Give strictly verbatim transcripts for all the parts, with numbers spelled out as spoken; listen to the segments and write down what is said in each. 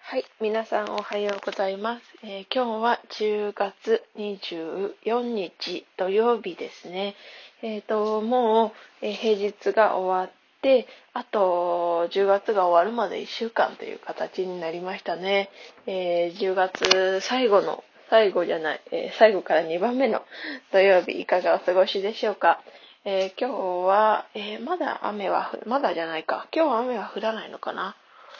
はい、皆さんおはようございます。えー今日はじゅうがつにじゅうよっか土曜日ですね。えっと、もう、えー平日が終わって、あとじゅうがつが終わるまでいっしゅうかんという形になりましたね。えーじゅうがつ最後の、最後じゃない、えー最後からにばんめの土曜日いかがお過ごしでしょうか。えー今日は、えーまだ雨はまだじゃないか。今日は雨は降らないのかな。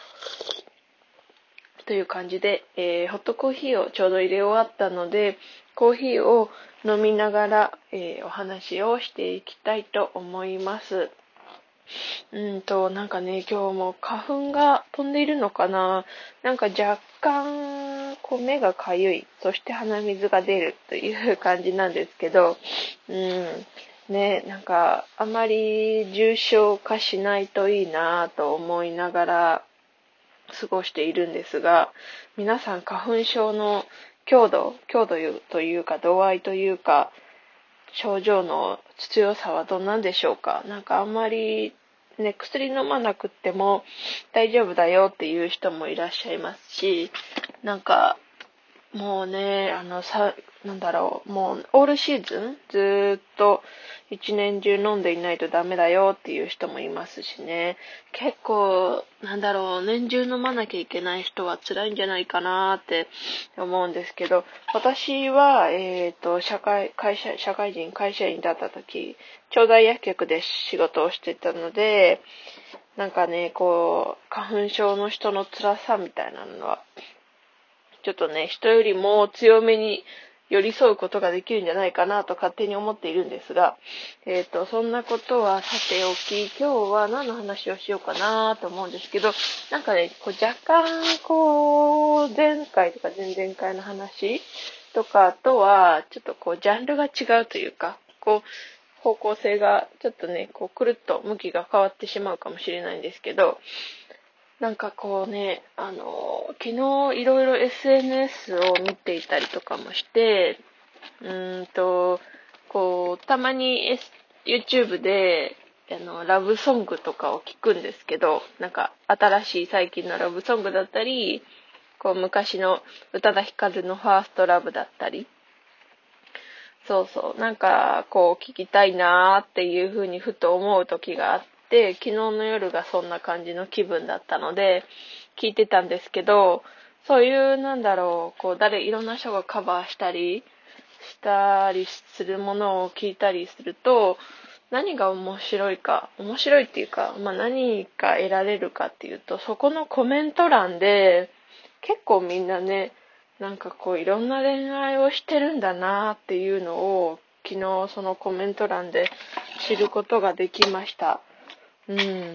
という感じで、えーホットコーヒーをちょうど入れ終わったので、コーヒーを飲みながら、えーお話をしていきたいと思います。うんと、なんかね、今日も花粉が飛んでいるのかな。なんか若干、こう目がかゆい、そして鼻水が出るという感じなんですけど、うん、ね、なんかあまり重症化しないといいなと思いながら、過ごしているんですが、皆さん花粉症の強度、強度というか度合いというか、症状の強さはどんなんでしょうか。なんかあんまりね、薬飲まなくっても大丈夫だよっていう人もいらっしゃいますし、なんかもうね、あのさ、なんだろう、もうオールシーズンずーっと一年中飲んでいないとダメだよっていう人もいますしね。結構、なんだろう、年中飲まなきゃいけない人は辛いんじゃないかなって思うんですけど、私は、えっと、社会、会社、社会人、会社員だった時、調剤薬局で仕事をしてたので、なんかね、こう、花粉症の人の辛さみたいなのは、ちょっとね、人よりも強めに寄り添うことができるんじゃないかなと勝手に思っているんですが、えっと、そんなことはさておき、今日は何の話をしようかなと思うんですけど、なんかね、こう若干、こう、前回とか前々回の話とかとは、ちょっとこう、ジャンルが違うというか、こう、方向性がちょっとね、こう、くるっと向きが変わってしまうかもしれないんですけど、なんかこうね、あの、昨日いろいろ エスエヌエス を見ていたりとかもして、うーんと、こう、たまに、S、YouTube で、あの、ラブソングとかを聞くんですけど、なんか新しい最近のラブソングだったり、こう昔の宇多田ヒカルのファーストラブだったり、そうそう、なんかこう聞きたいなーっていう風にふと思う時があって、昨日の夜がそんな感じの気分だったので、聞いてたんですけど、そういうなんだろう、こう誰、いろんな人がカバーしたり、したりするものを聞いたりすると、何が面白いか、面白いっていうか、まあ何か得られるかっていうと、そこのコメント欄で、結構みんなね、なんかこういろんな恋愛をしてるんだなっていうのを昨日そのコメント欄で知ることができました。うん。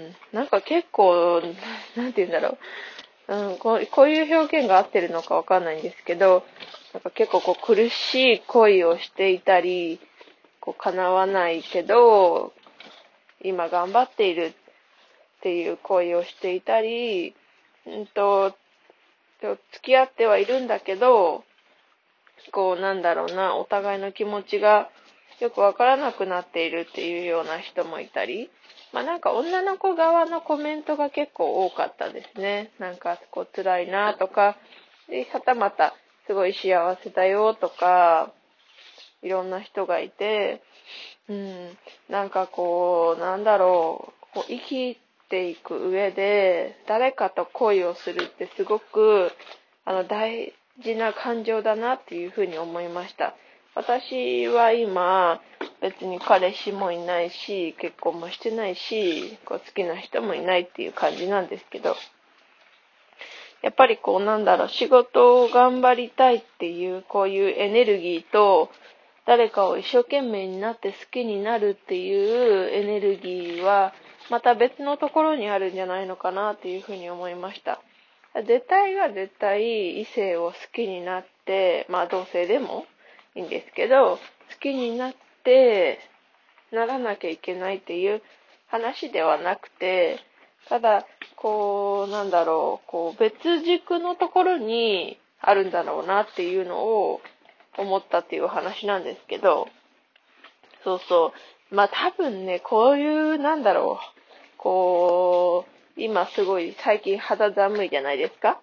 なんか結構、なんて言うんだろう。うん、こうこういう表現が合ってるのかわかんないんですけど、なんか結構こう苦しい恋をしていたり、こう叶わないけど、今頑張っているっていう恋をしていたり、うんと、付き合ってはいるんだけど、こうなんだろうな、お互いの気持ちがよくわからなくなっているっていうような人もいたり、まあなんか女の子側のコメントが結構多かったですね。なんかこう辛いなとか、で、はたまたすごい幸せだよとか、いろんな人がいて、うん、なんかこう、なんだろう、こう生きていく上で、誰かと恋をするってすごく、あの、大事な感情だなっていうふうに思いました。私は今、別に彼氏もいないし、結婚もしてないし、こう好きな人もいないっていう感じなんですけど、やっぱりこうなんだろう、仕事を頑張りたいっていう、こういうエネルギーと、誰かを一生懸命になって好きになるっていうエネルギーは、また別のところにあるんじゃないのかなっていうふうに思いました。絶対が絶対異性を好きになって、まあ同性でもいいんですけど、好きになってならなきゃいけないっていう話ではなくて、ただ、こう、なんだろう、こう、別軸のところにあるんだろうなっていうのを思ったっていう話なんですけど、そうそう。まあ多分ね、こういう、なんだろう、こう、今すごい最近肌寒いじゃないですか。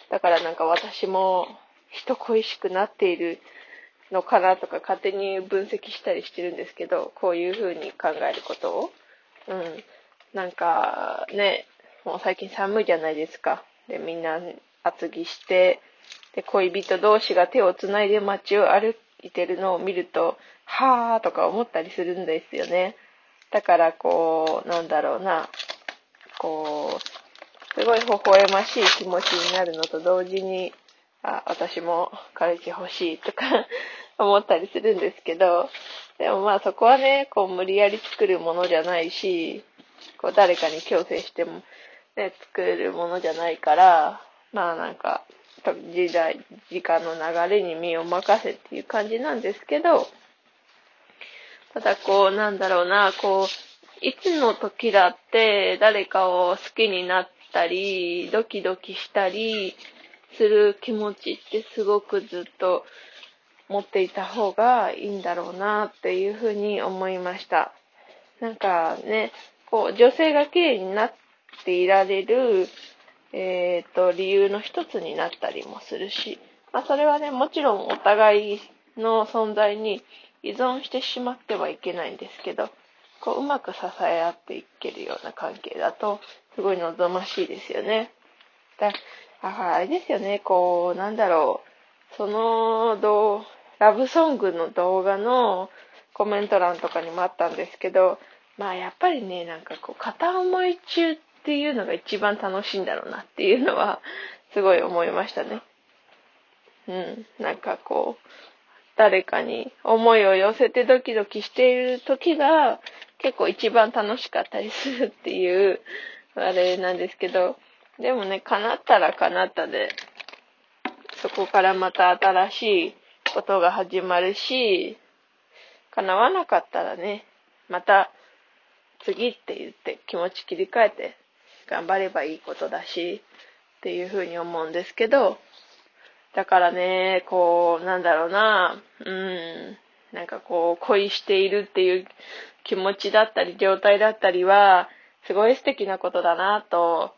だからなんか私も人恋しくなっているのかなとか勝手に分析したりしてるんですけど、こういう風に考えることを。うん。なんかね、もう最近寒いじゃないですか。で、みんな厚着して、で、恋人同士が手をつないで街を歩いてるのを見ると、はーとか思ったりするんですよね。だからこう、なんだろうな、こう、すごい微笑ましい気持ちになるのと同時に、あ、私も彼氏欲しいとか思ったりするんですけど、でもまあそこはね、こう無理やり作るものじゃないし、こう誰かに強制してもね、作るものじゃないから、まあなんか、時代、時間の流れに身を任せっていう感じなんですけど、ただこう、なんだろうな、こう、いつの時だって誰かを好きになったり、ドキドキしたりする気持ちってすごくずっと持っていた方がいいんだろうなっていうふうに思いました。なんかね、こう、女性が綺麗になっていられる、えっと、理由の一つになったりもするし、まあそれはね、もちろんお互いの存在に依存してしまってはいけないんですけど、こう、うまく支え合っていけるような関係だと、すごい望ましいですよね。だああれですよね、こう、なんだろう、その、どう、ラブソングの動画のコメント欄とかにもあったんですけど、まあやっぱりね、なんかこう、片思い中っていうのが一番楽しいんだろうなっていうのは、すごい思いましたね。うん、なんかこう、誰かに思いを寄せてドキドキしている時が結構一番楽しかったりするっていうあれなんですけど、でもね、叶ったら叶ったで、そこからまた新しいことが始まるし、叶わなかったらね、また次って言って気持ち切り替えて頑張ればいいことだしっていうふうに思うんですけど、だからね、こう、なんだろうな、うん、なんかこう、恋しているっていう気持ちだったり、状態だったりは、すごい素敵なことだなと、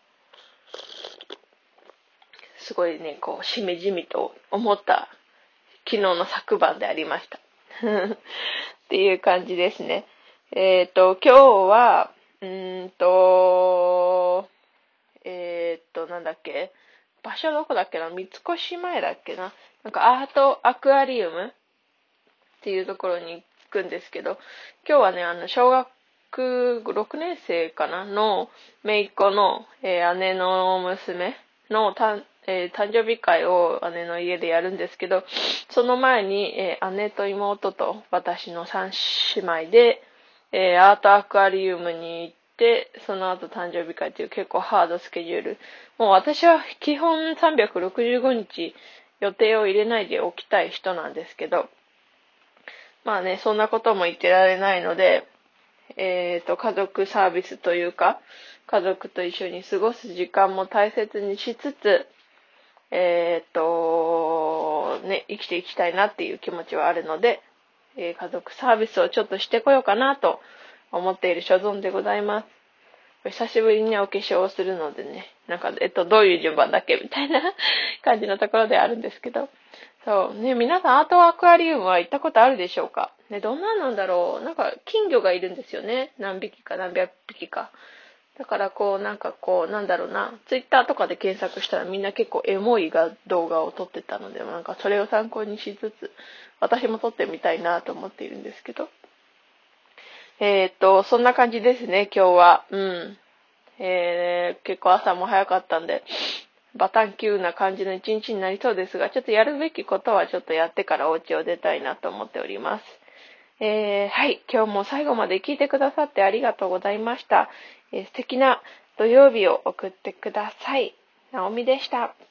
すごいね、こう、しみじみと思った昨日の昨晩でありました。っていう感じですね。えっと、今日は、うーんと、えっと、なんだっけ場所どこだっけな、三越前だっけな、なんかアートアクアリウムっていうところに行くんですけど、今日はね、あの、小学ろくねん生かなの、姪っ子の、えー姉の娘のた、えー誕生日会を姉の家でやるんですけど、その前に、えー姉と妹と私の三姉妹で、えーアートアクアリウムに行って、その後誕生日会っていう結構ハードスケジュール。もう私は基本さんびゃくろくじゅうごにち予定を入れないでおきたい人なんですけど、まあね、そんなことも言ってられないので、えっと、家族サービスというか、家族と一緒に過ごす時間も大切にしつつ、えっと、ね、生きていきたいなっていう気持ちはあるので、えー家族サービスをちょっとしてこようかなと思っている所存でございます。久しぶりにね、お化粧をするのでね、なんか、えっと、どういう順番だっけみたいな感じのところであるんですけど。そう。ね、皆さんアートアクアリウムは行ったことあるでしょうかね、どんなんなんだろう。なんか、金魚がいるんですよね。何匹か何百匹か。だからこう、なんかこう、なんだろうな。ツイッターとかで検索したらみんな結構エモいが動画を撮ってたので、なんかそれを参考にしつつ、私も撮ってみたいなと思っているんですけど。えーっと、そんな感じですね、今日は。うん。えー、結構朝も早かったんで、バタンキューな感じの一日になりそうですが、ちょっとやるべきことはちょっとやってからお家を出たいなと思っております。えー、はい、今日も最後まで聞いてくださってありがとうございました。えー、素敵な土曜日を送ってください。なおみでした。